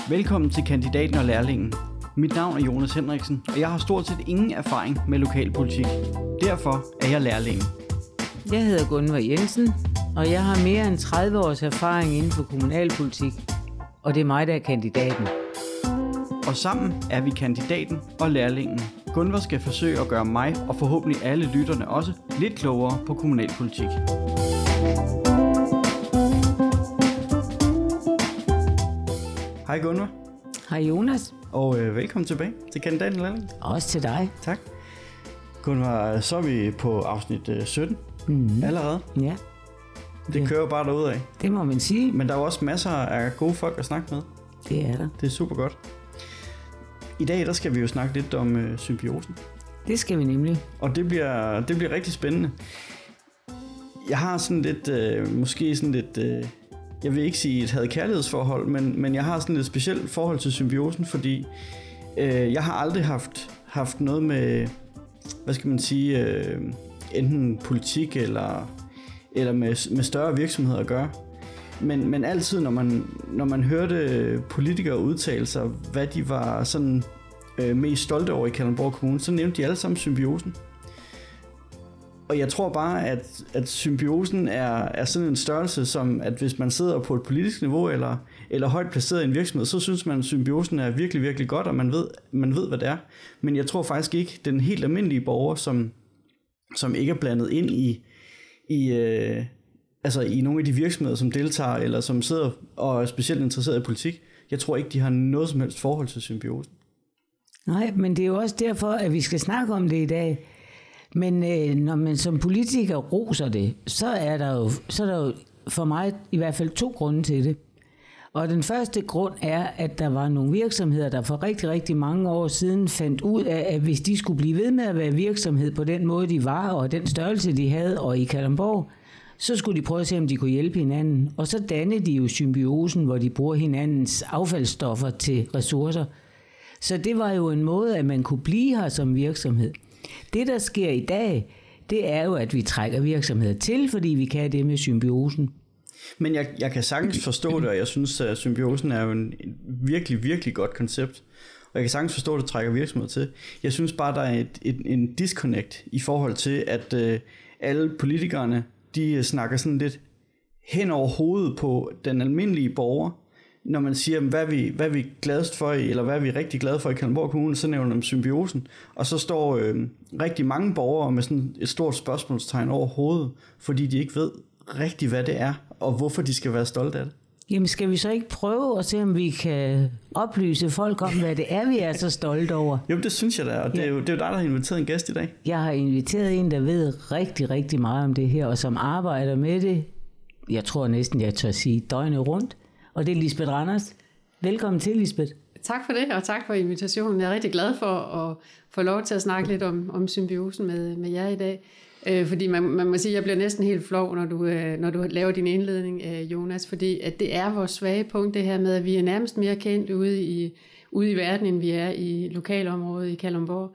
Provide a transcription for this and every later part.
Velkommen til Kandidaten og Lærlingen. Mit navn er Jonas Henriksen, og jeg har stort set ingen erfaring med lokalpolitik. Derfor er jeg lærlingen. Jeg hedder Gunvar Jensen, og jeg har mere end 30 års erfaring inden for kommunalpolitik. Og det er mig, der er kandidaten. Og sammen er vi kandidaten og lærlingen. Gunvar skal forsøge at gøre mig, og forhåbentlig alle lytterne også, lidt klogere på kommunalpolitik. Hej Gunvar. Hej Jonas. Og velkommen tilbage til Kandidaten og Lærlingen. Også til dig. Tak. Gunvar, så er vi på afsnit 17 allerede. Ja. Det kører bare derudad. Det må man sige. Men der er jo også masser af gode folk at snakke med. Det er der. Det er super godt. I dag der skal vi jo snakke lidt om symbiosen. Det skal vi nemlig. Og det bliver rigtig spændende. Jeg har sådan lidt, måske sådan lidt, jeg vil ikke sige et had-kærlighedsforhold, men jeg har sådan et specielt forhold til symbiosen, fordi jeg har aldrig haft noget med, hvad skal man sige, enten politik eller med større virksomheder at gøre. Men altid, når man hørte politikere udtale sig, hvad de var sådan mest stolte over i Kalundborg Kommune, så nævnte de alle sammen symbiosen. Og jeg tror bare, at symbiosen er sådan en størrelse, som at hvis man sidder på et politisk niveau eller højt placeret i en virksomhed, så synes man, at symbiosen er virkelig, virkelig godt, og man ved, hvad det er. Men jeg tror faktisk ikke, den helt almindelige borger, som ikke er blandet ind i nogle af de virksomheder, som deltager, eller som sidder og er specielt interesseret i politik, jeg tror ikke, de har noget som helst forhold til symbiosen. Nej, men det er jo også derfor, at vi skal snakke om det i dag. Men når man som politiker roser det, så er der jo for mig i hvert fald 2 grunde til det. Og den første grund er, at der var nogle virksomheder, der for rigtig, rigtig mange år siden fandt ud af, at hvis de skulle blive ved med at være virksomhed på den måde, de var, og den størrelse, de havde, og i Kalundborg, så skulle de prøve at se, om de kunne hjælpe hinanden. Og så dannede de jo symbiosen, hvor de bruger hinandens affaldsstoffer til ressourcer. Så det var jo en måde, at man kunne blive her som virksomhed. Det, der sker i dag, det er jo, at vi trækker virksomheder til, fordi vi kan det med symbiosen. Men jeg kan sagtens forstå det, og jeg synes, at symbiosen er jo en virkelig, virkelig godt koncept. Og jeg kan sagtens forstå, at det trækker virksomheder til. Jeg synes bare, der er en disconnect i forhold til, at alle politikerne, de snakker sådan lidt hen over hovedet på den almindelige borger. Når man siger, hvad er vi gladest for, eller hvad er vi rigtig glade for i Kalundborg Kommune, så nævner de symbiosen. Og så står rigtig mange borgere med sådan et stort spørgsmålstegn over hovedet, fordi de ikke ved rigtig, hvad det er, og hvorfor de skal være stolte af det. Jamen skal vi så ikke prøve at se, om vi kan oplyse folk om, hvad det er, vi er så stolte over? Jo, det synes jeg da, og det er jo dig, der har inviteret en gæst i dag. Jeg har inviteret en, der ved rigtig, rigtig meget om det her, og som arbejder med det, jeg tror næsten, jeg tør sige, døgnet rundt. Og det er Lisbeth Randers. Velkommen til, Lisbeth. Tak for det, og tak for invitationen. Jeg er rigtig glad for at få lov til at snakke lidt om symbiosen med jer i dag. Fordi man må sige, at jeg bliver næsten helt flov, når du laver din indledning, Jonas. Fordi at det er vores svage punkt, det her med, at vi er nærmest mere kendt ude i verden, end vi er i lokalområdet i Kalundborg.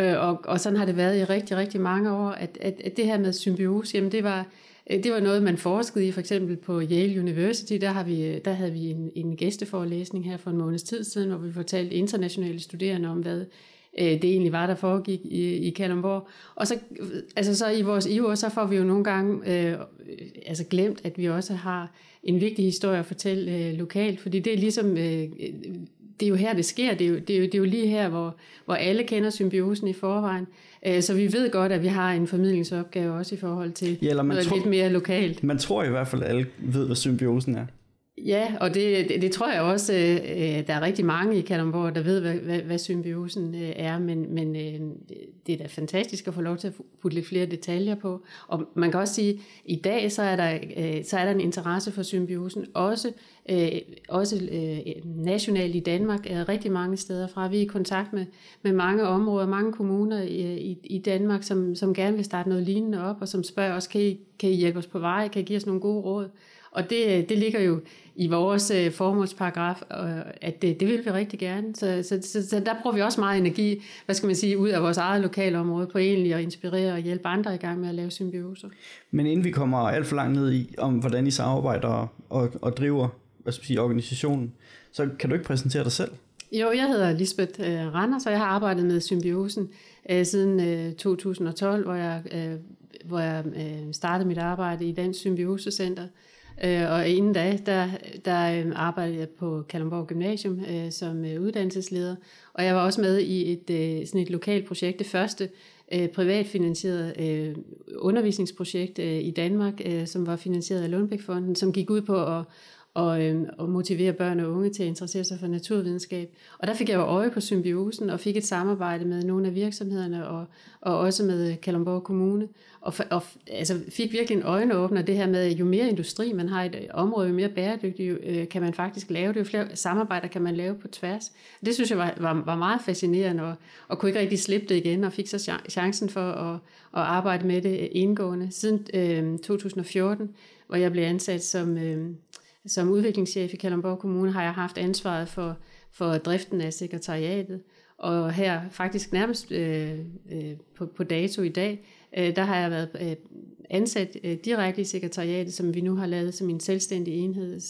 Og sådan har det været i rigtig, rigtig mange år, at det her med symbiose, jamen det var noget, man forskede i, for eksempel på Yale University. Der havde vi en gæsteforelæsning her for en måneds tid siden, hvor vi fortalte internationale studerende om, hvad det egentlig var, der foregik i Kalundborg. Og så i vores iver, så får vi jo nogle gange glemt, at vi også har en vigtig historie at fortælle lokalt, fordi det er ligesom... Det er jo her, det sker. Det er jo lige her, hvor alle kender symbiosen i forvejen. Så vi ved godt, at vi har en formidlingsopgave også i forhold til noget lidt mere lokalt. Man tror i hvert fald, at alle ved, hvad symbiosen er. Ja, og det tror jeg også, der er rigtig mange i Kalundborg, der ved, hvad symbiosen er, men det er da fantastisk at få lov til at putte lidt flere detaljer på. Og man kan også sige, at i dag så er der en interesse for symbiosen, også nationalt i Danmark, rigtig mange steder fra. Vi er i kontakt med mange områder, mange kommuner i Danmark, som gerne vil starte noget lignende op, og som spørger os, kan I hjælpe os på vej, kan I give os nogle gode råd? Og det ligger jo i vores formålsparagraf, at det vil vi rigtig gerne. Så der bruger vi også meget energi, ud af vores eget lokalområde på egentlig at inspirere og hjælpe andre i gang med at lave symbioser. Men inden vi kommer alt for langt ned i, om hvordan I samarbejder og driver organisationen, Så kan du ikke præsentere dig selv? Jo, jeg hedder Lisbeth Randers, og jeg har arbejdet med symbiosen siden 2012, hvor jeg startede mit arbejde i Dansk Symbiosecenter. Og inden der arbejdede jeg på Kalundborg Gymnasium som uddannelsesleder, og jeg var også med i sådan et lokalt projekt, det første privatfinansierede undervisningsprojekt i Danmark, som var finansieret af Lundbeck-fonden, som gik ud på at motivere børn og unge til at interessere sig for naturvidenskab. Og der fik jeg jo øje på symbiosen og fik et samarbejde med nogle af virksomhederne og også med Kalundborg Kommune. Og altså fik virkelig en øjenåbner det her med, jo mere industri man har i et område, jo mere bæredygtigt kan man faktisk lave det. Jo flere samarbejder kan man lave på tværs. Det synes jeg var meget fascinerende og kunne ikke rigtig slippe det igen og fik så chancen for at arbejde med det indgående. Siden 2014, hvor jeg blev ansat som udviklingschef i Kalundborg Kommune, har jeg haft ansvaret for driften af sekretariatet, og her faktisk nærmest på dato i dag, der har jeg været ansat direkte i sekretariatet, som vi nu har lavet som en selvstændig enhed,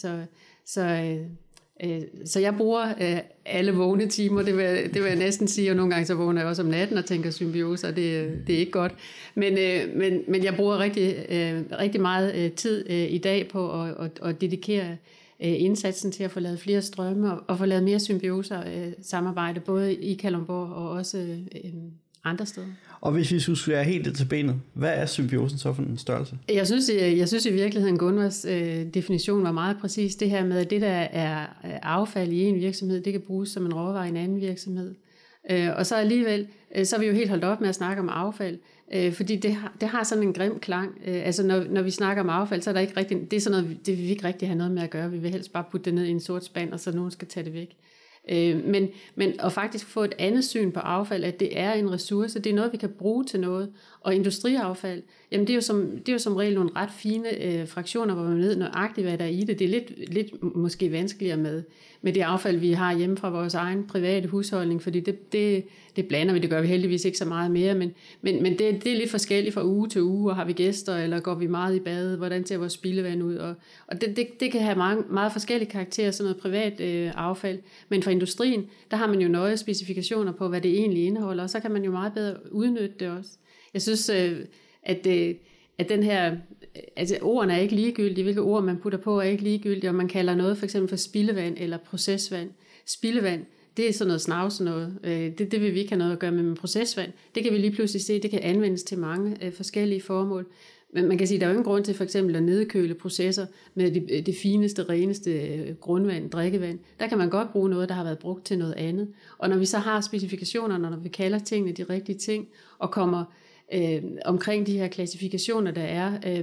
så jeg bruger alle vågne timer, det vil jeg næsten sige, og nogle gange så vågner jeg også om natten og tænker symbiose, og det er ikke godt. Men jeg bruger rigtig meget tid i dag på at dedikere indsatsen til at få lavet flere strømme og få lavet mere symbioser samarbejde, både i Kalundborg og også andre steder. Og hvis vi skulle være helt til benet, hvad er symbiosen så for en størrelse? Jeg synes i virkeligheden, Gunvars definition var meget præcis. Det her med, at det der er affald i en virksomhed, det kan bruges som en råvare i en anden virksomhed. Og så alligevel, så er vi jo helt holdt op med at snakke om affald, fordi det har sådan en grim klang. Altså når vi snakker om affald, så er der ikke rigtig, det er sådan noget, det vil vi ikke rigtig have noget med at gøre. Vi vil helst bare putte det ned i en sort spand, og så nogen skal tage det væk. Men at faktisk få et andet syn på affald, at det er en ressource, det er noget, vi kan bruge til noget. Og industriaffald, jamen det er jo som regel nogle ret fine fraktioner, hvor man ved nøjagtigt, hvad der er i det. Det er lidt måske vanskeligere med det affald, vi har hjemme fra vores egen private husholdning, fordi det blander vi, det gør vi heldigvis ikke så meget mere, men det er lidt forskelligt fra uge til uge, og har vi gæster, eller går vi meget i bad, hvordan ser vores spildevand ud, og det kan have meget forskellige karakterer, sådan noget privat affald, men fra industrien, der har man jo nøje specifikationer på, hvad det egentlig indeholder, og så kan man jo meget bedre udnytte det også. Jeg synes, at den her, altså ordene er ikke ligegyldige, hvilke ord man putter på er ikke ligegyldige, og man kalder noget for eksempel for spildevand eller procesvand. Spildevand, det er sådan noget snavs noget, det vil vi ikke have noget at gøre med, men procesvand, det kan vi lige pludselig se, det kan anvendes til mange forskellige formål. Men man kan sige, at der er jo ingen grund til for eksempel at nedkøle processer med det fineste, reneste grundvand, drikkevand. Der kan man godt bruge noget, der har været brugt til noget andet. Og når vi så har specifikationerne, når vi kalder tingene de rigtige ting, og kommer omkring de her klassifikationer, der er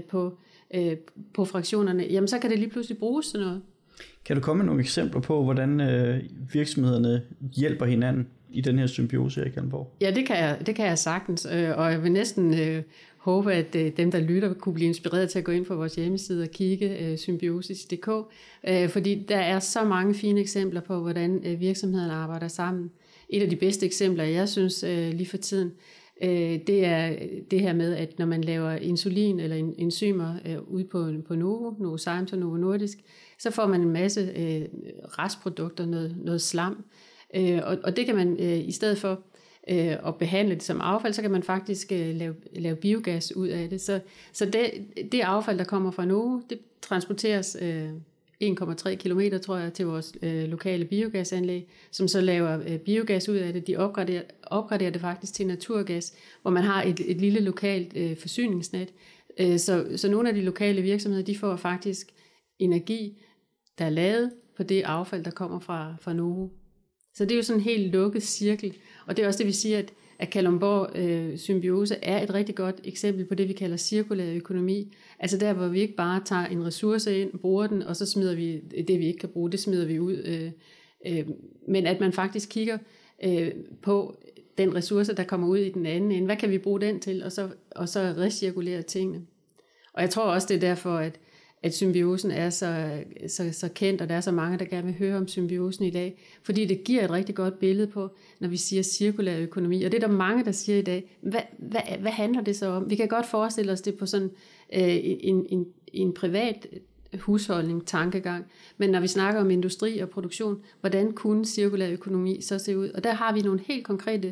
på fraktionerne, jamen så kan det lige pludselig bruges til noget. Kan du komme med nogle eksempler på, hvordan virksomhederne hjælper hinanden i den her symbiose i Kalundborg? Ja, det kan jeg sagtens, og jeg vil næsten håbe, at dem, der lytter, kunne blive inspireret til at gå ind på vores hjemmeside og kigge symbiosis.dk, fordi der er så mange fine eksempler på, hvordan virksomhederne arbejder sammen. Et af de bedste eksempler, jeg synes lige for tiden, det er det her med, at når man laver insulin eller enzymer ude på Novozymes og Novo Nordisk, så får man en masse restprodukter, noget slam, og det kan man i stedet for at behandle det som affald, så kan man faktisk lave biogas ud af det. Så det affald, der kommer fra Novo, det transporteres 1,3 kilometer, tror jeg, til vores lokale biogasanlæg, som så laver biogas ud af det. De opgraderer det faktisk til naturgas, hvor man har et lille lokalt forsyningsnet. Så nogle af de lokale virksomheder, de får faktisk energi, der er lavet på det affald, der kommer fra Novo. Så det er jo sådan en helt lukket cirkel, og det er også det, vi siger, at Kalundborg symbiose er et rigtig godt eksempel på det, vi kalder cirkulær økonomi. Altså der, hvor vi ikke bare tager en ressource ind, bruger den, og så smider vi det, vi ikke kan bruge, det smider vi ud. Men at man faktisk kigger på den ressource, der kommer ud i den anden ende. Hvad kan vi bruge den til? Og så recirkulere tingene. Og jeg tror også, det er derfor, at symbiosen er så kendt, og der er så mange, der gerne vil høre om symbiosen i dag, fordi det giver et rigtig godt billede på, når vi siger cirkulær økonomi, og det er der mange, der siger i dag, hvad handler det så om? Vi kan godt forestille os det på sådan en privat husholdning, tankegang. Men når vi snakker om industri og produktion, hvordan kunne cirkulær økonomi så se ud? Og der har vi nogle helt konkrete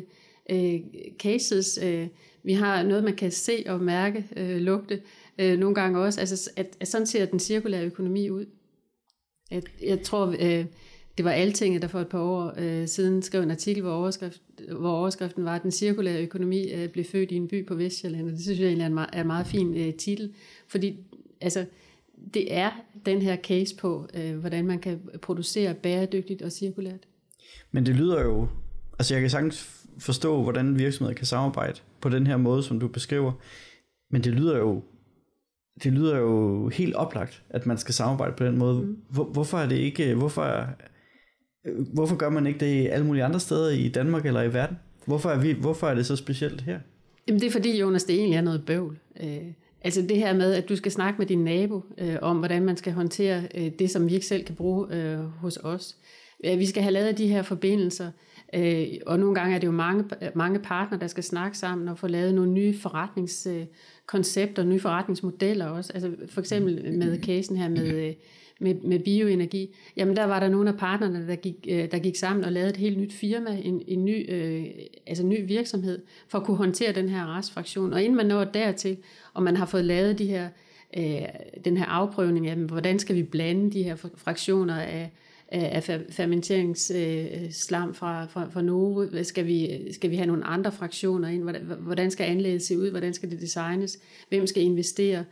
cases. Vi har noget, man kan se og mærke, lugte nogle gange også. Altså, at sådan ser den cirkulære økonomi ud. Jeg tror, det var Altinget, der for et par år siden skrev en artikel, hvor overskriften var, at den cirkulære økonomi blev født i en by på Vestjylland. Og det synes jeg egentlig er en meget fin titel. Fordi altså, det er den her case på, hvordan man kan producere bæredygtigt og cirkulært. Men det lyder jo, altså jeg kan sagtens forstå, hvordan virksomheder kan samarbejde på den her måde, som du beskriver, men det lyder jo helt oplagt, at man skal samarbejde på den måde. Hvorfor er det ikke, hvorfor gør man ikke det i alle mulige andre steder i Danmark eller i verden? Hvorfor er det så specielt her? Jamen det er fordi, Jonas, det egentlig er noget bøvl. Altså det her med, at du skal snakke med din nabo om, hvordan man skal håndtere det, som vi ikke selv kan bruge hos os. Vi skal have lavet de her forbindelser, og nogle gange er det jo mange partnere, der skal snakke sammen og få lavet nogle nye forretningskoncepter, nye forretningsmodeller også. Altså for eksempel med casen her med bioenergi. Jamen der var der nogle af partnerne, der gik sammen og lavede et helt nyt firma, en ny virksomhed, for at kunne håndtere den her restfraktion. Og inden man når dertil, og man har fået lavet den her afprøvning af, hvordan skal vi blande de her fraktioner af fermenteringsslam fra Novo, skal vi have nogle andre fraktioner ind, hvordan skal anlægget se ud, hvordan skal det designes, hvem skal investere,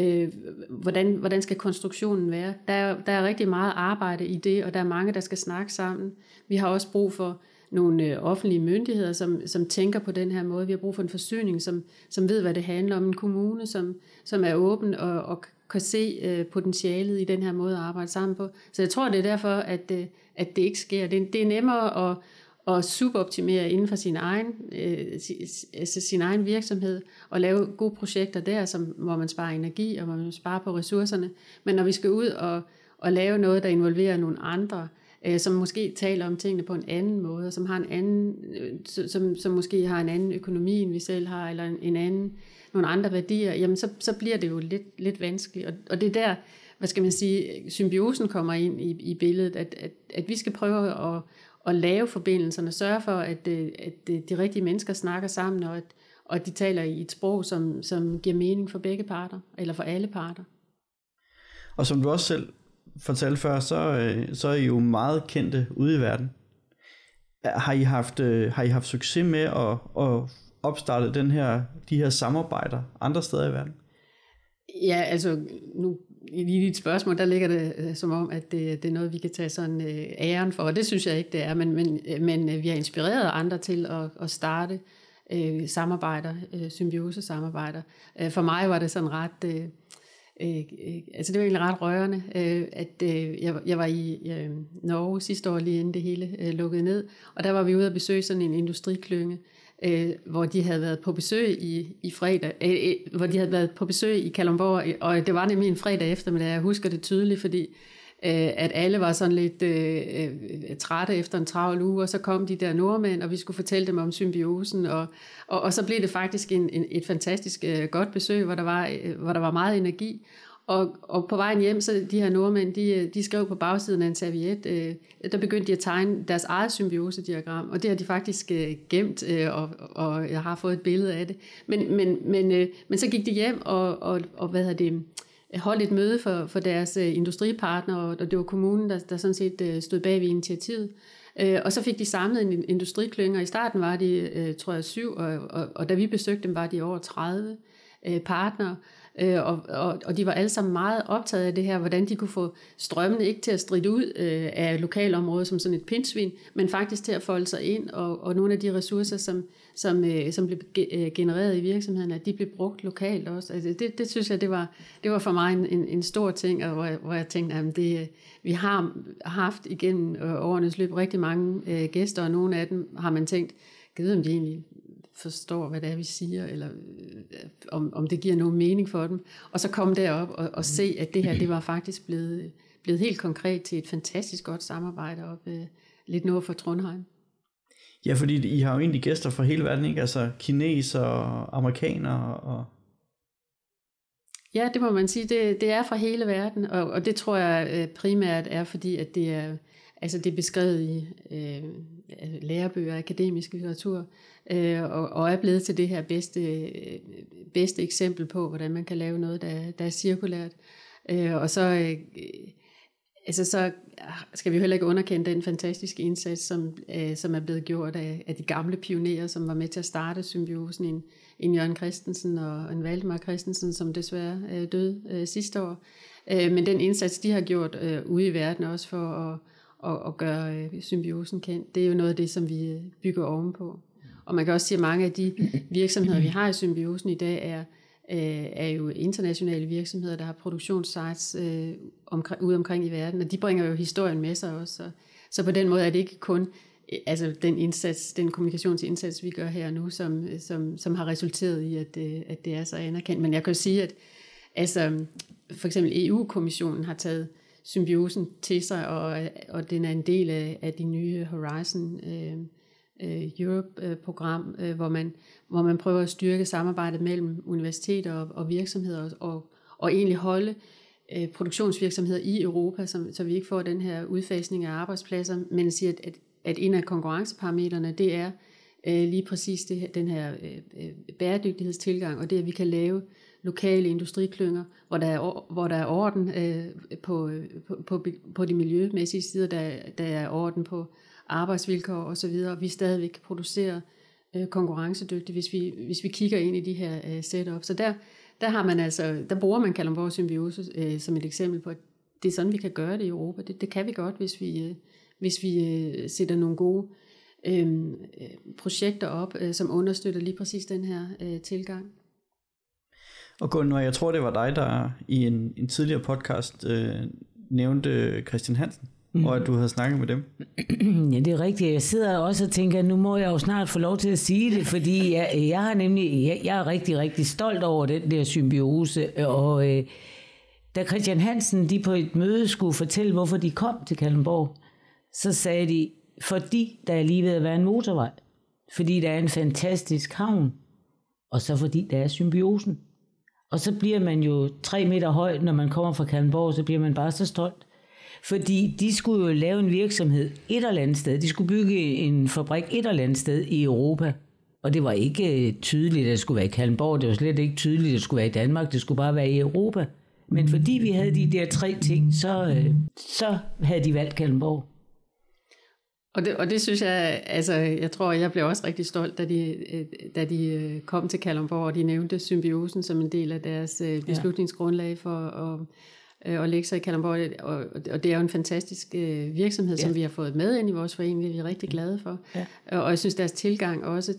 hvordan skal konstruktionen være. Der er rigtig meget arbejde i det, og der er mange, der skal snakke sammen. Vi har også brug for nogle offentlige myndigheder, som tænker på den her måde. Vi har brug for en forsyning, som ved, hvad det handler om. En kommune, som er åben og kan se potentialet i den her måde at arbejde sammen på. Så jeg tror, det er derfor, at det ikke sker. Det er nemmere at suboptimere inden for sin egen virksomhed og lave gode projekter der, hvor man sparer energi og hvor man sparer på ressourcerne. Men når vi skal ud og lave noget, der involverer nogle andre, som måske taler om tingene på en anden måde, som har en anden, som måske har en anden økonomi, end vi selv har, eller nogle andre værdier, jamen så bliver det jo lidt vanskeligt. Og det er der, hvad skal man sige, symbiosen kommer ind i billedet, at vi skal prøve at lave forbindelserne, sørge for, at de rigtige mennesker snakker sammen, og at de taler i et sprog, som giver mening for begge parter, eller for alle parter. Og som du også selv fortalte før, så er I jo meget kendte ude i verden. Har I haft succes med at opstarte de her samarbejder andre steder i verden? Ja, altså nu i dit spørgsmål, der ligger det som om, at det er noget, vi kan tage sådan æren for, og det synes jeg ikke, det er, men vi har inspireret andre til at starte symbiosesamarbejder. For mig var det sådan ret, altså det var egentlig ret rørende, at jeg var i Norge sidste år, lige inden det hele lukkede ned, og der var vi ude at besøge sådan en industriklynge, hvor de havde været på besøg i fredag, hvor de havde været på besøg i Kalundborg, og det var nemlig en fredag eftermiddag. Jeg husker det tydeligt, fordi at alle var sådan lidt trætte efter en travl uge, og så kom de der nordmænd, og vi skulle fortælle dem om symbiosen, og så blev det faktisk et fantastisk godt besøg, hvor der var meget energi. Og på vejen hjem, så de her nordmænd, de skrev på bagsiden af en serviet, der begyndte de at tegne deres eget symbiosediagram, og det har de faktisk gemt, og jeg har fået et billede af det. Men så gik de hjem og holdt et møde for deres industripartnere, og det var kommunen, der sådan set stod bag ved initiativet. Og så fik de samlet en industriklynge, og i starten var de, tror jeg, 7, og da vi besøgte dem, var de over 30 partnere. Og de var alle sammen meget optaget af det her, hvordan de kunne få strømmene ikke til at stride ud af lokalområdet som sådan et pindsvin, men faktisk til at folde sig ind, og nogle af de ressourcer, som blev genereret i virksomheden, at de blev brugt lokalt også. Altså det synes jeg, det var for mig en stor ting, og hvor jeg tænkte, at vi har haft igennem årenes løb rigtig mange gæster, og nogle af dem har man tænkt, jeg ved om de egentlig forstår, hvad det er, vi siger, eller om det giver nogen mening for dem. Og så komme derop og se, at det her, det var faktisk blevet helt konkret til et fantastisk godt samarbejde op lidt nord for Trondheim. Ja, fordi I har jo egentlig gæster fra hele verden, ikke? Altså kineser og amerikanere og... Ja, det må man sige. Det er fra hele verden, og det tror jeg primært er, fordi at det er beskrevet i lærebøger, akademisk litteratur, og er blevet til det her bedste eksempel på, hvordan man kan lave noget, der er cirkulært. Og så skal vi jo heller ikke underkende den fantastiske indsats, som er blevet gjort af de gamle pionerer, som var med til at starte symbiosen, en Jørgen Christensen og en Valdemar Christensen, som desværre døde sidste år. Men den indsats, de har gjort ude i verden også for at gøre symbiosen kendt, det er jo noget af det, som vi bygger ovenpå. Og man kan også sige, at mange af de virksomheder, vi har i symbiosen i dag, er jo internationale virksomheder, der har produktionssites ude omkring i verden, og de bringer jo historien med sig også. Så på den måde er det ikke kun den kommunikationsindsats, vi gør her nu, som har resulteret i, at det er så anerkendt. Men jeg kan jo sige, at for eksempel EU-kommissionen har taget symbiosen til sig, og den er en del af de nye Horizon Europe-program, hvor man prøver at styrke samarbejdet mellem universiteter og virksomheder, og egentlig holde produktionsvirksomheder i Europa, så vi ikke får den her udfasning af arbejdspladser, men siger, at en af konkurrenceparametrene, det er lige præcis den her bæredygtighedstilgang, og det, at vi kan lave lokale industriklynger, hvor der er orden på de miljømæssige sider, der er orden på arbejdsvilkår og så videre, og vi stadigvæk kan producere konkurrencedygtigt, hvis vi kigger ind i de her setup. Så der bruger man Kalundborg Symbiose som et eksempel på, at det er sådan, vi kan gøre det i Europa. Det kan vi godt, hvis vi sætter nogle gode projekter op, som understøtter lige præcis den her tilgang. Og Gunnar, jeg tror, det var dig, der i en tidligere podcast nævnte Christian Hansen, og at du havde snakket med dem. Ja, det er rigtigt. Jeg sidder også og tænker, nu må jeg jo snart få lov til at sige det, fordi jeg er rigtig, rigtig stolt over den der symbiose. Og da Christian Hansen, de på et møde skulle fortælle, hvorfor de kom til Kalundborg, så sagde de, fordi der er lige ved at være en motorvej, fordi der er en fantastisk havn, og så fordi der er symbiosen. Og så bliver man jo 3 meter høj, når man kommer fra Kalundborg, så bliver man bare så stolt. Fordi de skulle jo lave en virksomhed et eller andet sted. De skulle bygge en fabrik et eller andet sted i Europa. Og det var ikke tydeligt, at det skulle være i Kalundborg. Det var slet ikke tydeligt, at det skulle være i Danmark. Det skulle bare være i Europa. Men fordi vi havde de der 3 ting, så havde de valgt Kalundborg. Og det synes jeg, jeg tror, jeg blev også rigtig stolt, da de kom til Kalundborg, og de nævnte symbiosen som en del af deres beslutningsgrundlag for at lægge sig i Kalundborg. Og det er jo en fantastisk virksomhed, som vi har fået med ind i vores forening, det er vi rigtig glade for. Ja. Og jeg synes, deres tilgang også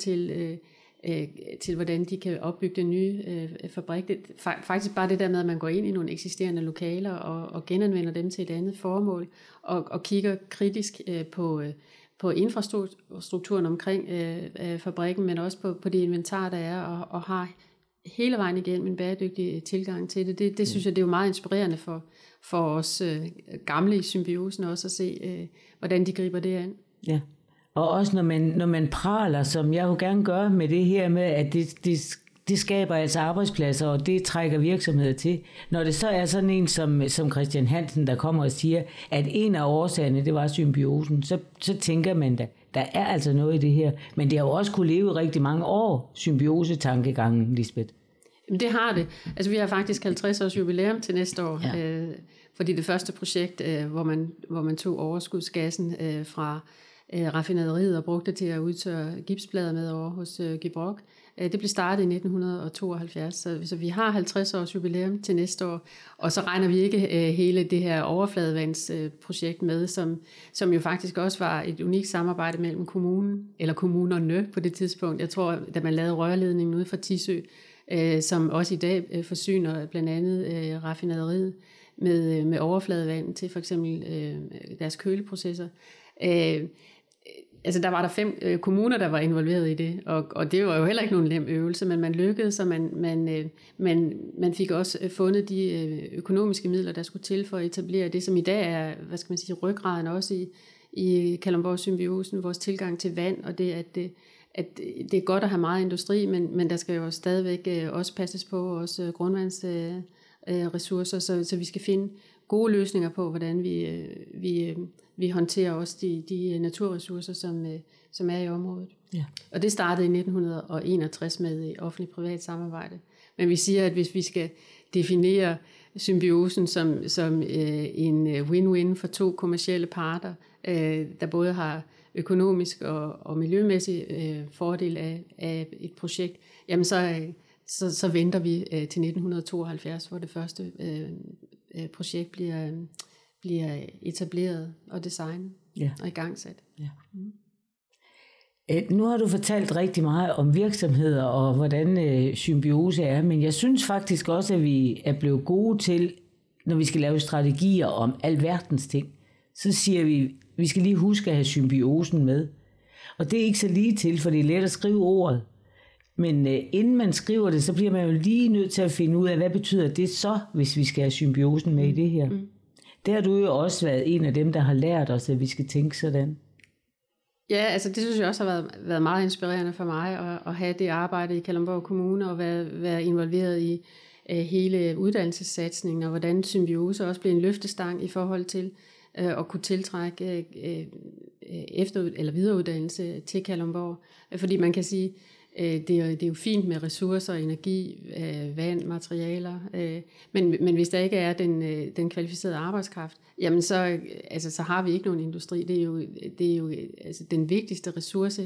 til hvordan de kan opbygge den nye fabrik. Faktisk bare det der med, at man går ind i nogle eksisterende lokaler og genanvender dem til et andet formål, og kigger kritisk på infrastrukturen omkring fabrikken, men også på det inventar, der er, og har hele vejen igennem en bæredygtig tilgang til det. Det synes jeg, det er jo meget inspirerende for os gamle i symbiosen også at se, hvordan de griber det an. Ja. Og også når man praler, som jeg jo gerne gør med det her med, at det skaber altså arbejdspladser, og det trækker virksomheder til. Når det så er sådan en som Christian Hansen, der kommer og siger, at en af årsagerne, det var symbiosen, så tænker man da, der er altså noget i det her. Men det har jo også kunne leve rigtig mange år, symbiosetankegangen, Lisbeth. Jamen det har det. Altså vi har faktisk 50 års jubilæum til næste år, fordi det første projekt, hvor man tog overskudsgassen fra raffinaderiet og brugte til at udtørre gipsplader med over hos Gibrok. Det blev startet i 1972, så vi har 50 års jubilæum til næste år, og så regner vi ikke hele det her overfladevandsprojekt med, som jo faktisk også var et unikt samarbejde mellem kommunen, eller kommunerne på det tidspunkt. Jeg tror, da man lavede rørledningen ude fra Tisø, som også i dag forsyner blandt andet raffinaderiet med overfladevand til for eksempel deres køleprocesser. Der var der 5 kommuner, der var involveret i det, og det var jo heller ikke nogen nem øvelse, men man lykkedes, og man fik også fundet de økonomiske midler, der skulle til for at etablere det, som i dag er, ryggraden også i Kalundborg Symbiosen, vores tilgang til vand, og det, at det er godt at have meget industri, men der skal jo stadigvæk også passes på vores ressourcer, så vi skal finde gode løsninger på, hvordan vi håndterer også de naturressourcer, som er i området. Ja. Og det startede i 1961 med offentlig-privat samarbejde. Men vi siger, at hvis vi skal definere symbiosen som en win-win for to kommercielle parter, der både har økonomisk og miljømæssig fordel af et projekt, jamen så venter vi til 1972, hvor det første projekt bliver etableret og designet og igangsat. Ja. Nu har du fortalt rigtig meget om virksomheder og hvordan symbiose er, men jeg synes faktisk også, at vi er blevet gode til, når vi skal lave strategier om alverdens ting, så siger vi skal lige huske at have symbiosen med. Og det er ikke så lige til, for det er let at skrive ordet. Men inden man skriver det, så bliver man jo lige nødt til at finde ud af, hvad betyder det så, hvis vi skal have symbiosen med i det her. Det har du jo også været en af dem, der har lært os, at vi skal tænke sådan. Ja, altså det synes jeg også har været meget inspirerende for mig at have det arbejde i Kalundborg Kommune og være involveret i hele uddannelsessatsningen, og hvordan symbiose også blev en løftestang i forhold til at kunne tiltrække efter- eller videreuddannelse til Kalundborg. Fordi man kan sige, det er jo fint med ressourcer, energi, vand, materialer, men hvis der ikke er den kvalificerede arbejdskraft, jamen så har vi ikke nogen industri. Det er jo altså den vigtigste ressource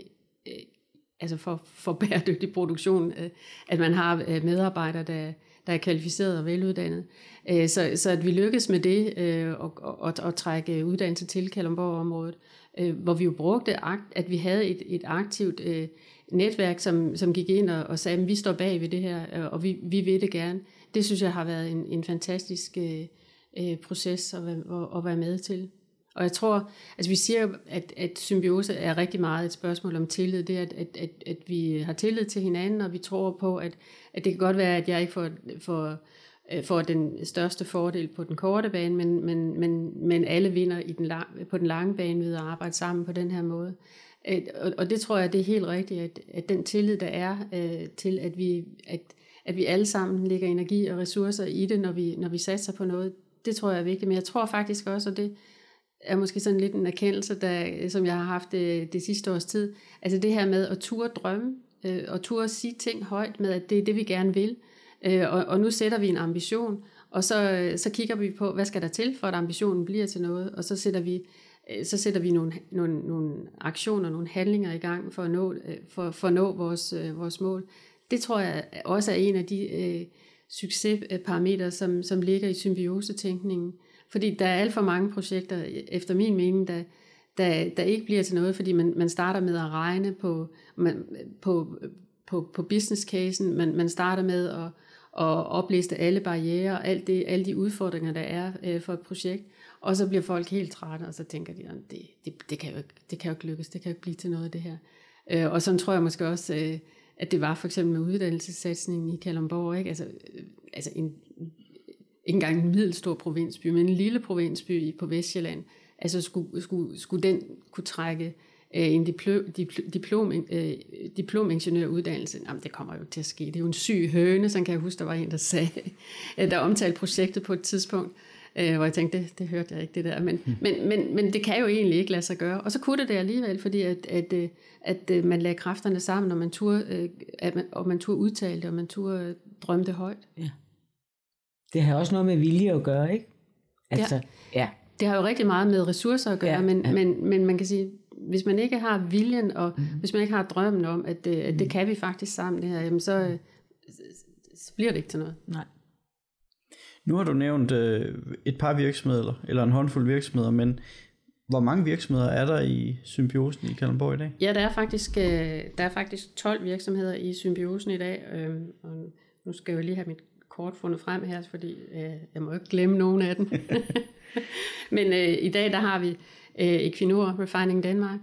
altså for bæredygtig produktion, at man har medarbejdere, der er kvalificeret og veluddannet. Så at vi lykkes med det og trække uddannelse til Kalundborg-området, hvor vi jo brugte, at vi havde et aktivt netværk, som gik ind og sagde, at vi står bag ved det her, og vi vil det gerne. Det synes jeg har været en fantastisk proces at være med til. Og jeg tror, altså vi siger, at symbiose er rigtig meget et spørgsmål om tillid. Det er, at vi har tillid til hinanden, og vi tror på, at det kan godt være, at jeg ikke får den største fordel på den korte bane, men alle vinder på den lange bane ved at arbejde sammen på den her måde. Og det tror jeg, det er helt rigtigt, at den tillid, der er til, at vi alle sammen lægger energi og ressourcer i det, når vi satser på noget, det tror jeg er vigtigt. Men jeg tror faktisk også, og det er måske sådan lidt en erkendelse, som jeg har haft det sidste års tid, altså det her med at turde drømme, og turde sige ting højt med, at det er det, vi gerne vil. Og nu sætter vi en ambition, og så kigger vi på, hvad skal der til, for at ambitionen bliver til noget, og så sætter vi nogle aktioner, nogle handlinger i gang for at nå vores mål. Det tror jeg også er en af de succesparametre, som ligger i symbiosetænkningen. Fordi der er alt for mange projekter, efter min mening, der ikke bliver til noget, fordi man starter med at regne på business casen, man starter med at opliste alle barrierer og alle de udfordringer, der er for et projekt, og så bliver folk helt trætte, og så tænker de, det kan jo ikke lykkes, det kan jo ikke blive til noget af det her. Og sådan tror jeg måske også, at det var for eksempel med uddannelsessatsningen i Kalundborg, ikke? Altså ikke engang en middelstor provinsby, men en lille provinsby på Vestsjælland, altså skulle den kunne trække en diplomingeniøruddannelse. Jamen, det kommer jo til at ske. Det er jo en syg høne, så kan jeg huske, der var en, der sagde, der omtalte projektet på et tidspunkt, hvor jeg tænkte, det hørte jeg ikke, det der. Men det kan jo egentlig ikke lade sig gøre. Og så kunne det alligevel, fordi at man lagde kræfterne sammen, og man turde udtale det, og man turde drømme det højt. Ja. Det har også noget med vilje at gøre, ikke? Altså, ja. Det har jo rigtig meget med ressourcer at gøre, men man kan sige, hvis man ikke har viljen, og hvis man ikke har drømmen om, at det kan vi faktisk sammen, det her, jamen så bliver det ikke til noget. Nej. Nu har du nævnt et par virksomheder, eller en håndfuld virksomheder, men hvor mange virksomheder er der i symbiosen i Kalundborg i dag? Ja, der er faktisk 12 virksomheder i symbiosen i dag, og nu skal jeg jo lige have mit kort fundet frem her, fordi jeg må ikke glemme nogen af dem. Men i dag der har vi Equinor Refining Denmark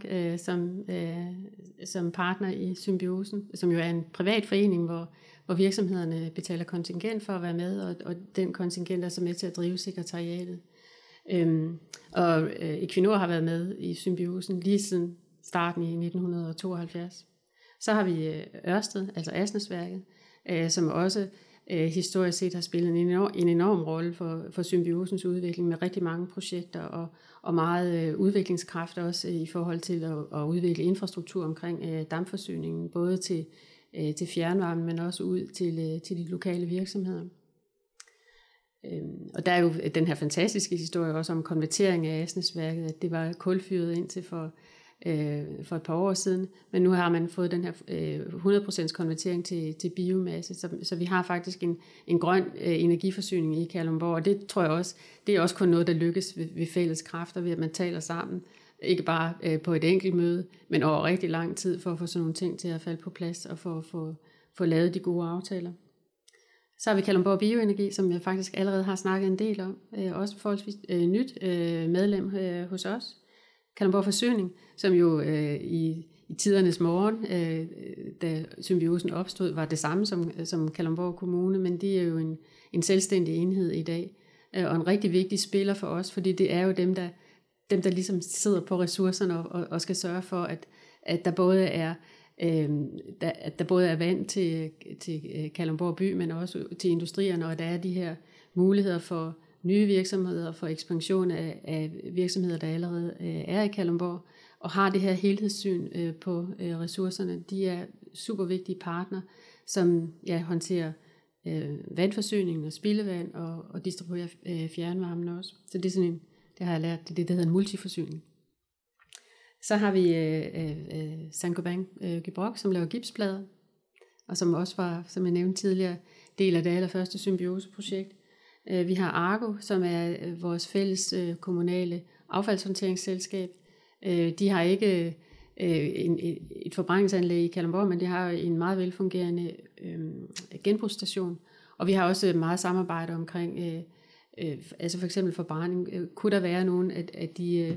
som partner i symbiosen, som jo er en privat forening, hvor virksomhederne betaler kontingent for at være med, og den kontingent er så med til at drive sekretariatet. Og Equinor har været med i symbiosen lige siden starten i 1972. Så har vi Ørsted, altså Asnæsværket, som også historisk set har spillet en enorm rolle for symbiosens udvikling med rigtig mange projekter og meget udviklingskraft også i forhold til at udvikle infrastruktur omkring dampforsyningen, både til fjernvarme, men også ud til de lokale virksomheder. Og der er jo den her fantastiske historie også om konvertering af Asnæsværket, at det var kulfyret indtil for et par år siden, men nu har man fået den her 100% konvertering til biomasse, så vi har faktisk en grøn energiforsyning i Kalundborg, og det tror jeg også, det er også kun noget, der lykkes ved fælles kræfter, ved at man taler sammen, ikke bare på et enkelt møde, men over rigtig lang tid for at få sådan nogle ting til at falde på plads og for at få lavet de gode aftaler. Så har vi Kalundborg Bioenergi, som jeg faktisk allerede har snakket en del om, også forholdsvis nyt medlem hos os. Kalundborg Forsyning, som jo i tidernes morgen, da symbiosen opstod, var det samme som Kalundborg Kommune, men de er jo en selvstændig enhed i dag, og en rigtig vigtig spiller for os, fordi det er jo dem, der ligesom sidder på ressourcerne og skal sørge for, at der både er vand til Kalundborg by, men også til industrierne, og der er de her muligheder for nye virksomheder, for ekspansion af virksomheder, der allerede er i Kalundborg, og har det her helhedssyn på ressourcerne. De er super vigtige partner, som håndterer vandforsyningen og spildevand og distribuerer fjernvarmen også. Så det er sådan det har jeg lært, det hedder en multiforsyning. Så har vi Saint-Gobain Gyproc, som laver gipsplader, og som også var, som jeg nævnte tidligere, del af det allerførste symbioseprojekt. Vi har Argo, som er vores fælles kommunale affaldshåndteringsselskab. De har ikke et forbrændingsanlæg i Kalundborg, men de har en meget velfungerende genbrugsstation. Og vi har også meget samarbejde omkring, altså for eksempel forbrænding. Kunne der være nogen af de...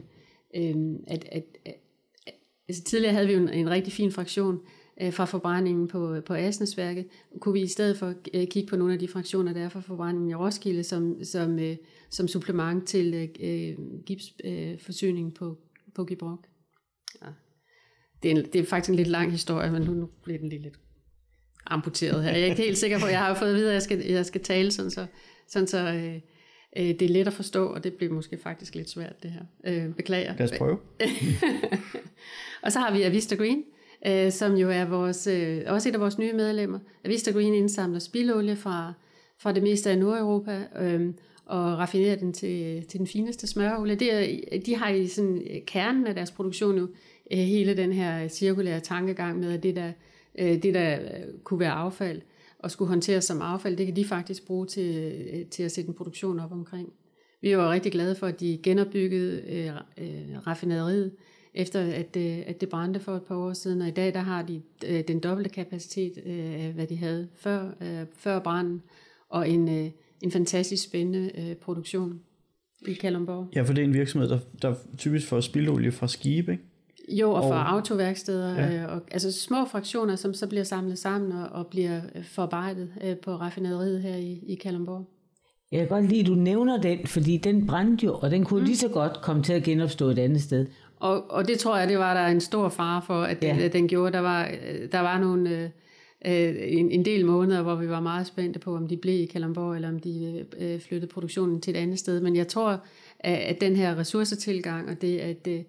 altså tidligere havde vi jo en rigtig fin fraktion fra forbrændingen på Asnæsværket. Kunne vi i stedet for kigge på nogle af de fraktioner, der er fra forbrændingen i Roskilde, som supplement til gipsforsyningen på Gyproc. Ja. Det er faktisk en lidt lang historie, men nu bliver den lige lidt amputeret her. Jeg er ikke helt sikker på, jeg har jo fået at vide, at jeg skal tale sådan så det er let at forstå, og det bliver måske faktisk lidt svært, det her. Beklager. Lad os prøve. Og så har vi Avista Green, som jo er også et af vores nye medlemmer. Avista Green indsamler spildolie fra det meste af Nordeuropa og raffinerer den til den fineste smørolie. De har i sådan kernen af deres produktion jo hele den her cirkulære tankegang med, at det der kunne være affald og skulle håndteres som affald, det kan de faktisk bruge til at sætte en produktion op omkring. Vi er jo rigtig glade for, at de genopbyggede raffinaderiet, efter at det brændte for et par år siden, og i dag der har de den dobbelte kapacitet af, hvad de havde før branden, og en fantastisk spændende produktion i Kalundborg. Ja, for det er en virksomhed, der typisk får spildolie fra skibe, ikke? Jo, og fra autoværksteder, og, altså små fraktioner, som så bliver samlet sammen og bliver forarbejdet på raffinaderiet her i Kalundborg. Jeg kan godt lide, at du nævner den, fordi den brændte jo, og den kunne lige så godt komme til at genopstå et andet sted. Og det tror jeg, det var der en stor fare for, at den gjorde. Der var nogle en del måneder, hvor vi var meget spændte på, om de blev i Kalundborg, eller om de flyttede produktionen til et andet sted. Men jeg tror, at den her ressourcetilgang, og det,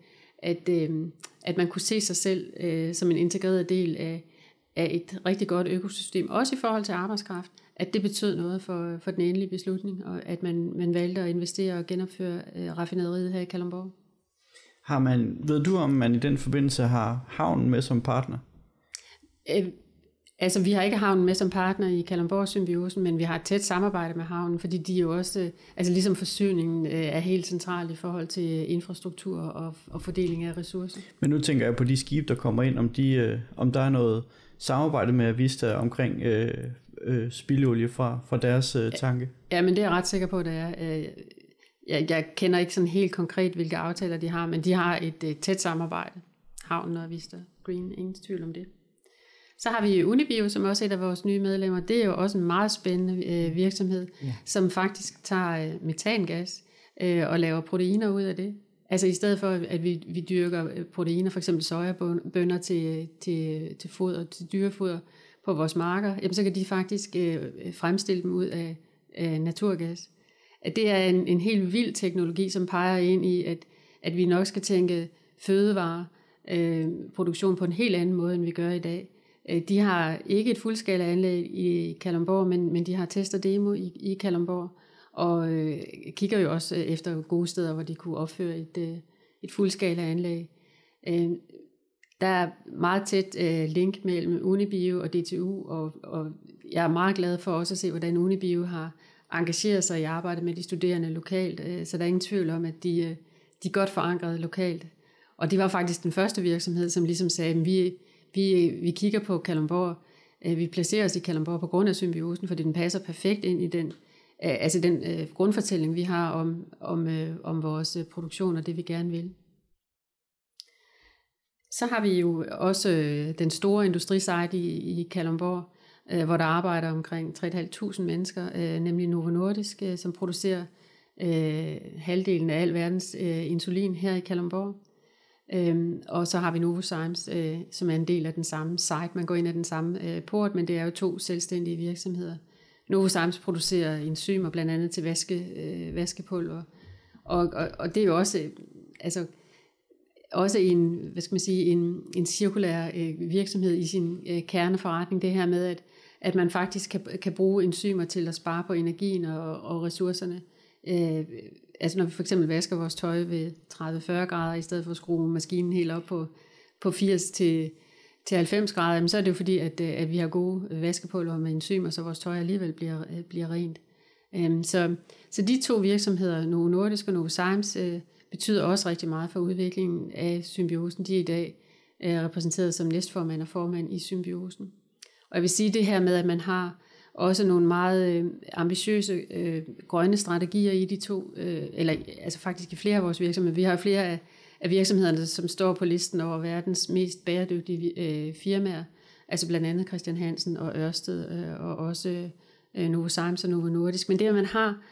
at man kunne se sig selv som en integreret del af et rigtig godt økosystem, også i forhold til arbejdskraft, at det betød noget for den endelige beslutning, og at man valgte at investere og genopføre raffinaderiet her i Kalundborg. Ved du, om man i den forbindelse har havnen med som partner? Altså, vi har ikke havnen med som partner i Kalundborg-symbiosen, men vi har et tæt samarbejde med havnen, fordi de jo også, altså ligesom forsyningen er helt central i forhold til infrastruktur og fordeling af ressourcer. Men nu tænker jeg på de skibe, der kommer ind, om der er noget samarbejde med Avista omkring spildolie fra deres tanke? Ja, men det er jeg ret sikker på, det er. Jeg kender ikke sådan helt konkret, hvilke aftaler de har, men de har et tæt samarbejde. Havnen og Avista Green, ingen tvivl om det. Så har vi Unibio, som også er et af vores nye medlemmer. Det er jo også en meget spændende virksomhed, som faktisk tager metangas og laver proteiner ud af det. Altså i stedet for, at vi dyrker proteiner, for eksempel sojabønner til foder, til dyrefoder, på vores marker, jamen, så kan de faktisk fremstille dem ud af naturgas. At det er en helt vild teknologi, som peger ind i, at vi nok skal tænke fødevareproduktion på en helt anden måde, end vi gør i dag. De har ikke et fuldskalaanlæg i Kalundborg, men de har test og demo i Kalundborg, og kigger jo også efter gode steder, hvor de kunne opføre et fuldskalaanlæg. Der er meget tæt link mellem Unibio og DTU, og jeg er meget glad for også at se, hvordan Unibio har engageret sig i arbejdet med de studerende lokalt, så der er ingen tvivl om, at de er godt forankret lokalt. Og det var faktisk den første virksomhed, som ligesom sagde, at vi kigger på Kalundborg, vi placerer os i Kalundborg på grund af symbiosen, fordi den passer perfekt ind i den grundfortælling, vi har om vores produktion og det, vi gerne vil. Så har vi jo også den store industrisite i Kalundborg, hvor der arbejder omkring 3.500 mennesker, nemlig Novo Nordisk, som producerer halvdelen af al verdens insulin her i Kalundborg. Og så har vi Novozymes, som er en del af den samme site. Man går ind ad den samme port, men det er jo 2 selvstændige virksomheder. Novozymes producerer enzymer blandt andet til vaskepulver, og det er jo også en cirkulær virksomhed i sin kerneforretning, det her med, at man faktisk kan bruge enzymer til at spare på energien og ressourcerne. Når vi for eksempel vasker vores tøj ved 30-40 grader, i stedet for at skrue maskinen helt op på 80 til 90 grader, så er det jo fordi, at vi har gode vaskepulver med enzymer, så vores tøj alligevel bliver rent. Så de 2 virksomheder, Novo Nordisk og Novozymes, betyder også rigtig meget for udviklingen af symbiosen. De er i dag repræsenteret som næstformand og formand i symbiosen. Og jeg vil sige det her med, at man har også nogle meget ambitiøse grønne strategier i de 2, faktisk i flere af vores virksomheder. Vi har flere af virksomhederne, som står på listen over verdens mest bæredygtige firmaer, altså blandt andet Christian Hansen og Ørsted, og også Novozymes og Novo Nordisk. Men det, at man har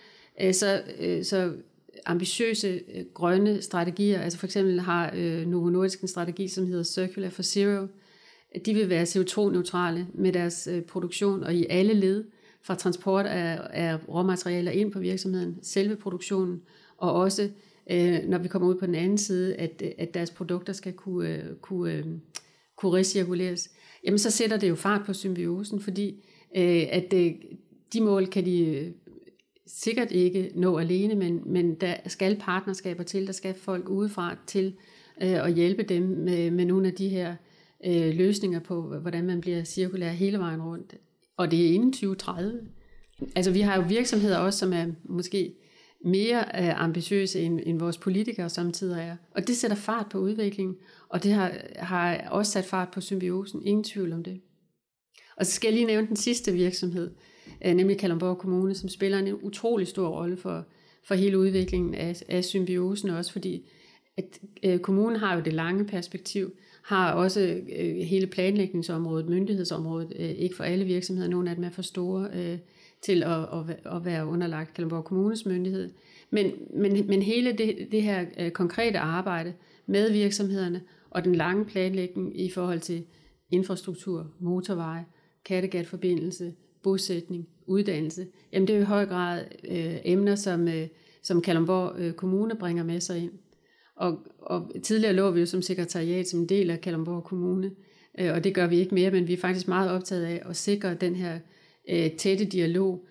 så ambitiøse grønne strategier, altså for eksempel har Novo Nordisk en strategi, som hedder Circular for Zero. De vil være CO2-neutrale med deres produktion, og i alle led, fra transport af råmaterialer ind på virksomheden, selve produktionen, og også når vi kommer ud på den anden side, at deres produkter skal kunne recirkuleres, jamen så sætter det jo fart på symbiosen, fordi at de mål kan de sikkert ikke nå alene, men der skal partnerskaber til, der skal folk udefra til at hjælpe dem med nogle af de her løsninger på, hvordan man bliver cirkulær hele vejen rundt. Og det er inden 2030. Altså vi har jo virksomheder også, som er måske mere ambitiøse end vores politikere samtidig er. Og det sætter fart på udviklingen, og det har også sat fart på symbiosen. Ingen tvivl om det. Og så skal jeg lige nævne den sidste virksomhed, nemlig Kalundborg Kommune, som spiller en utrolig stor rolle for hele udviklingen af symbiosen, også fordi at kommunen har jo det lange perspektiv, har også hele planlægningsområdet, myndighedsområdet, ikke for alle virksomheder, nogle af dem er for store til at være underlagt Kalundborg Kommunes myndighed. Men hele det her konkrete arbejde med virksomhederne og den lange planlægning i forhold til infrastruktur, motorveje, Kattegat-forbindelse, bosætning, uddannelse, jamen det er jo i høj grad emner, som Kalundborg Kommune bringer med sig ind. Og tidligere lå vi jo som sekretariat som en del af Kalundborg Kommune, og det gør vi ikke mere, men vi er faktisk meget optaget af at sikre den her tætte dialog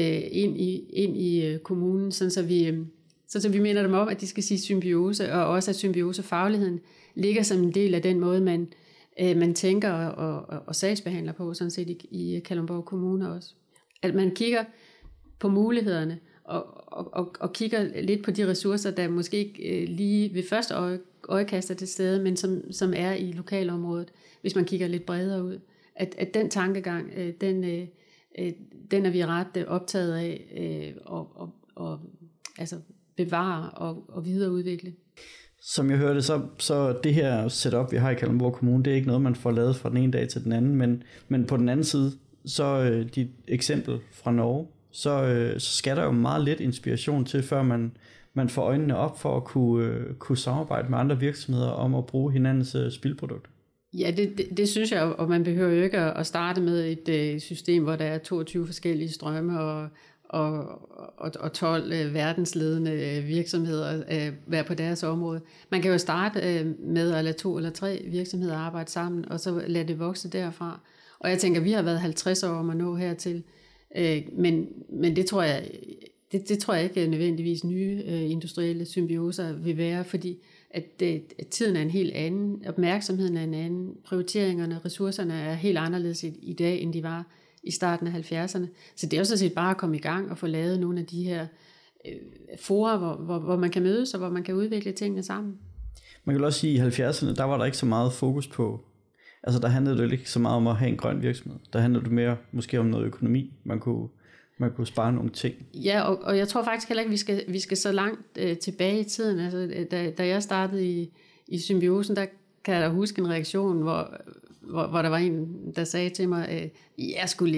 ind i kommunen, så vi minder dem om, at de skal sige symbiose, og også at symbiosefagligheden ligger som en del af den måde, man tænker og sagsbehandler på, sådan set i Kalundborg Kommune også. At man kigger på mulighederne, og kigger lidt på de ressourcer, der måske ikke lige ved første øjekast er til stede, men som er i lokalområdet, hvis man kigger lidt bredere ud. At den tankegang, den er vi ret optaget af og altså bevare og videreudvikle. Som jeg hørte, så det her setup, vi har i Kalundborg Kommune, det er ikke noget, man får lavet fra den ene dag til den anden, men på den anden side, så dit eksempel fra Norge, så skal der jo meget lidt inspiration til, før man får øjnene op for at kunne samarbejde med andre virksomheder om at bruge hinandens spildprodukter. Ja, det synes jeg, og man behøver jo ikke at starte med et system, hvor der er 22 forskellige strømme og 12 verdensledende virksomheder være på deres område. Man kan jo starte med at lade 2 eller 3 virksomheder arbejde sammen, og så lade det vokse derfra. Og jeg tænker, vi har været 50 år om at nå hertil, men det tror jeg ikke nødvendigvis nye industrielle symbioser vil være, fordi at tiden er en helt anden, opmærksomheden er en anden, prioriteringerne, ressourcerne er helt anderledes i dag, end de var i starten af 70'erne. Så det er jo sådan set bare at komme i gang og få lavet nogle af de her forer, hvor man kan mødes, og hvor man kan udvikle tingene sammen. Man kan også sige, at i 70'erne, der var der ikke så meget fokus på, altså der handlede det ikke så meget om at have en grøn virksomhed. Der handlede det mere måske om noget økonomi. Man kunne spare nogle ting. Ja, og jeg tror faktisk heller ikke, vi skal så langt tilbage i tiden. Altså, da jeg startede i symbiosen, der kan jeg da huske en reaktion, hvor der var en, der sagde til mig, det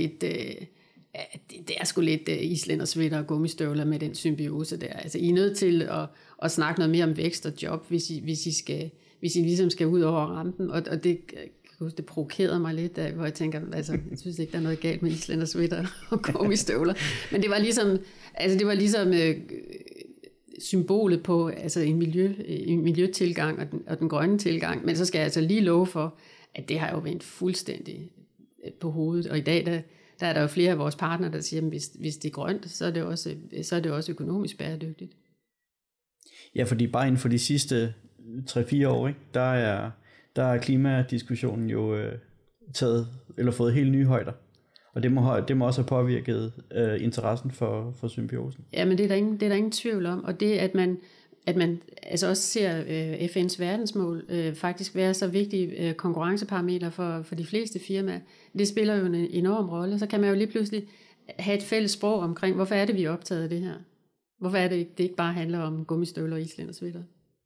er sgu lidt islændersvitter og gummistøvler med den symbiose der. Altså, I er nødt til at snakke noget mere om vækst og job, hvis I ligesom skal ud over rampen. Og det provokerede mig lidt, hvor jeg tænker, altså, jeg synes ikke, der er noget galt med islændersvitter og gummistøvler. Men det var ligesom symbolet på altså en miljøtilgang og den grønne tilgang. Men så skal jeg altså lige love for, at det har jo vendt fuldstændig på hovedet. Og i dag, der er der jo flere af vores partnere, der siger, at hvis det er grønt, så er det også økonomisk bæredygtigt. Ja, fordi bare inden for de sidste 3-4 år, ikke, der er klimadiskussionen jo fået helt nye højder. Og det må også have påvirket interessen for symbiosen. Ja, men det er der ingen tvivl om. Og det, at man altså også ser FN's verdensmål faktisk være så vigtige konkurrenceparametre for de fleste firmaer, det spiller jo en enorm rolle. Så kan man jo lige pludselig have et fælles sprog omkring, hvorfor er det, vi er optaget af det her? Hvorfor er det ikke bare handler om gummistøvler, islændersvitter?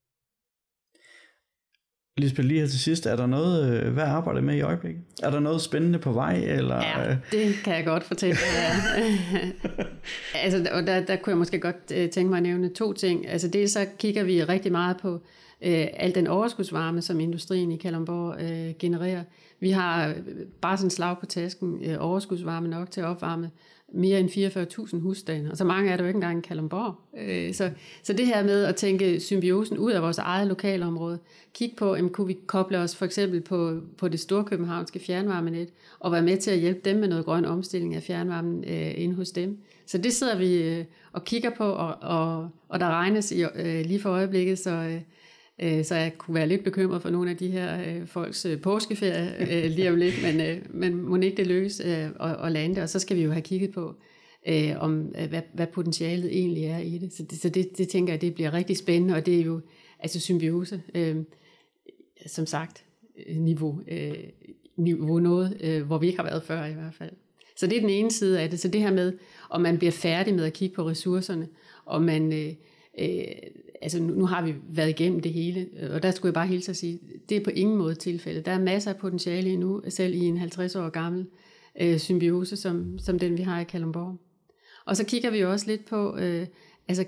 Lisbeth, lige her til sidst, er der noget, hvad arbejder med i øjeblikket? Er der noget spændende på vej? Eller? Ja, det kan jeg godt fortælle dig. Altså, og der kunne jeg måske godt tænke mig at nævne 2 ting. Altså dels så kigger vi rigtig meget på al den overskudsvarme, som industrien i Kalundborg genererer. Vi har bare sådan slag på tasken overskudsvarme nok til at opvarme mere end 44.000 husstande, og så mange er der jo ikke engang i Kalundborg. Så det her med at tænke symbiosen ud af vores eget lokalområde, kigge på, kunne vi koble os for eksempel på det storkøbenhavnske fjernvarmenet, og være med til at hjælpe dem med noget grøn omstilling af fjernvarmen inde hos dem. Så det sidder vi og kigger på, og der regnes lige for øjeblikket, så jeg kunne være lidt bekymret for nogle af de her folks påskeferie lige om lidt, men må ikke det lykkes at lande, og så skal vi jo have kigget på, hvad potentialet egentlig er i det. Så det tænker jeg, det bliver rigtig spændende, og det er jo altså symbiose, som sagt, niveau noget, hvor vi ikke har været før i hvert fald. Så det er den ene side af det, så det her med, om man bliver færdig med at kigge på ressourcerne, og man... altså nu har vi været igennem det hele, og der skulle jeg bare hilse at sige, det er på ingen måde tilfældet. Der er masser af potentiale endnu, selv i en 50 år gammel symbiose, som den vi har i Kalundborg. Og så kigger vi jo også lidt på, altså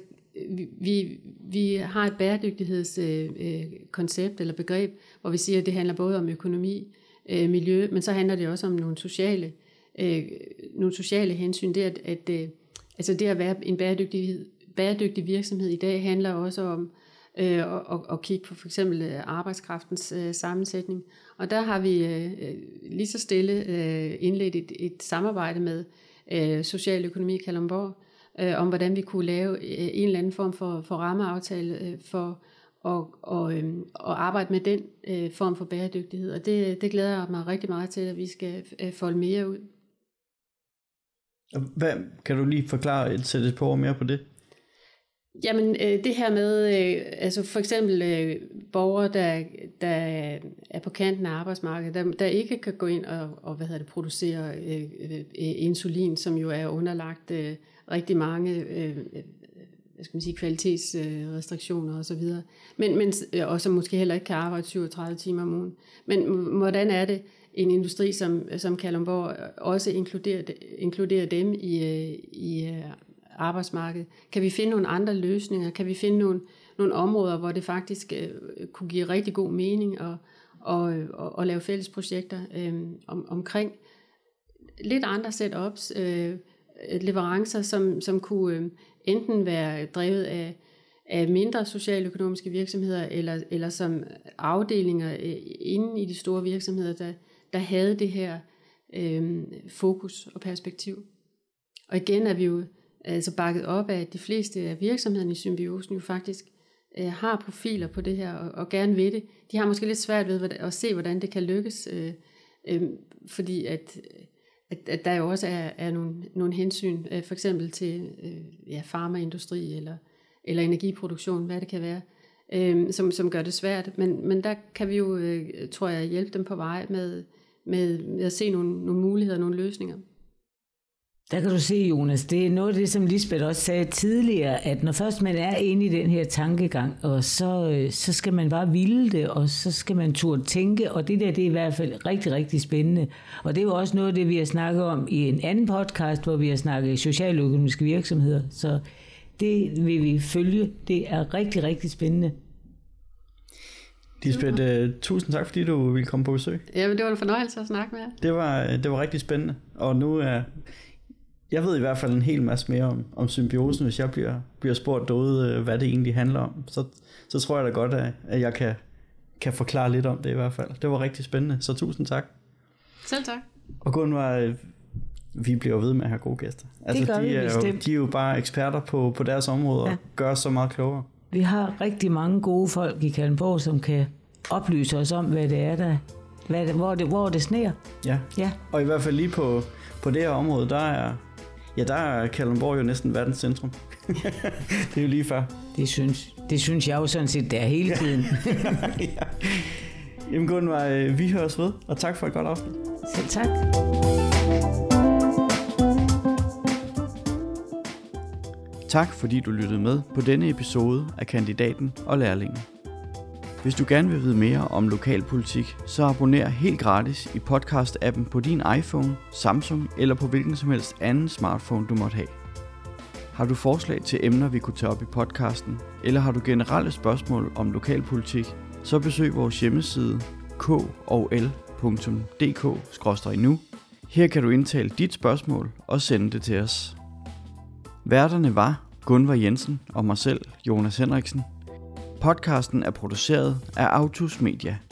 vi har et bæredygtighedskoncept eller begreb, hvor vi siger, at det handler både om økonomi, miljø, men så handler det også om nogle sociale hensyn. Altså det at være en bæredygtig virksomhed i dag handler også om at kigge på for eksempel arbejdskraftens sammensætning. Og der har vi lige så stille indledt et samarbejde med Socialøkonomi i Kalundborg om, hvordan vi kunne lave en eller anden form for rammeaftale for at arbejde med den form for bæredygtighed. Og det glæder jeg mig rigtig meget til, at vi skal folde mere ud. Kan du lige forklare, sætte et par ord mere på det? Jamen det her med, altså for eksempel borgere, der er på kanten af arbejdsmarkedet, der ikke kan gå ind og producere insulin, som jo er underlagt rigtig mange kvalitetsrestriktioner osv., men og som måske heller ikke kan arbejde 37 timer om ugen. Men hvordan er det en industri som Kalundborg også inkluderer dem i arbejdsmarkedet? Kan vi finde nogle andre løsninger? Kan vi finde nogle områder, hvor det faktisk kunne give rigtig god mening og lave fælles projekter omkring lidt andre setups, leverancer, som kunne enten være drevet af mindre socialøkonomiske virksomheder, eller som afdelinger inde i de store virksomheder, der havde det her fokus og perspektiv. Og igen er vi jo altså bakket op af, at de fleste af virksomhederne i Symbiosen jo faktisk har profiler på det her, og gerne vil det. De har måske lidt svært ved at se, hvordan det kan lykkes, fordi at der jo også er nogle hensyn, for eksempel til farmaindustri eller energiproduktion, hvad det kan være, som gør det svært. Men der kan vi jo, tror jeg, hjælpe dem på vej med at se nogle muligheder, nogle løsninger. Der kan du se, Jonas, det er noget af det, som Lisbeth også sagde tidligere, at når først man er inde i den her tankegang, og så skal man bare ville det, og så skal man turde tænke, og det er i hvert fald rigtig, rigtig spændende. Og det er jo også noget af det, vi har snakket om i en anden podcast, hvor vi har snakket socialøkonomiske virksomheder, så det vil vi følge. Det er rigtig, rigtig spændende. Lisbeth, tusind tak, fordi du ville komme på besøg. Ja, men det var en fornøjelse at snakke med jer. Det var rigtig spændende, og nu er... Jeg ved i hvert fald en hel masse mere om symbiosen, hvis jeg bliver spurgt derude, hvad det egentlig handler om. Så tror jeg da godt, at jeg kan forklare lidt om det i hvert fald. Det var rigtig spændende, så tusind tak. Selv tak. Og Gunvar, vi bliver ved med at have gode gæster. Altså, de er jo bare eksperter på deres område og gør os så meget klogere. Vi har rigtig mange gode folk i Kalundborg, som kan oplyse os om, hvad det er, hvor det sner. Ja, og i hvert fald lige på det her område, der er Kalundborg jo næsten verdens centrum. Det er jo lige før. Det synes jeg jo sådan set, det er hele tiden. Ja. Jamen Gunvar, vi høres ved, og tak for et godt afsnit. Selv tak. Tak fordi du lyttede med på denne episode af Kandidaten og Lærlingen. Hvis du gerne vil vide mere om lokalpolitik, så abonner helt gratis i podcast-appen på din iPhone, Samsung eller på hvilken som helst anden smartphone du måtte have. Har du forslag til emner, vi kunne tage op i podcasten, eller har du generelle spørgsmål om lokalpolitik, så besøg vores hjemmeside kol.dk/nu. Her kan du indtale dit spørgsmål og sende det til os. Værterne var Gunvar Jensen og mig selv, Jonas Henriksen. Podcasten er produceret af Autus Media.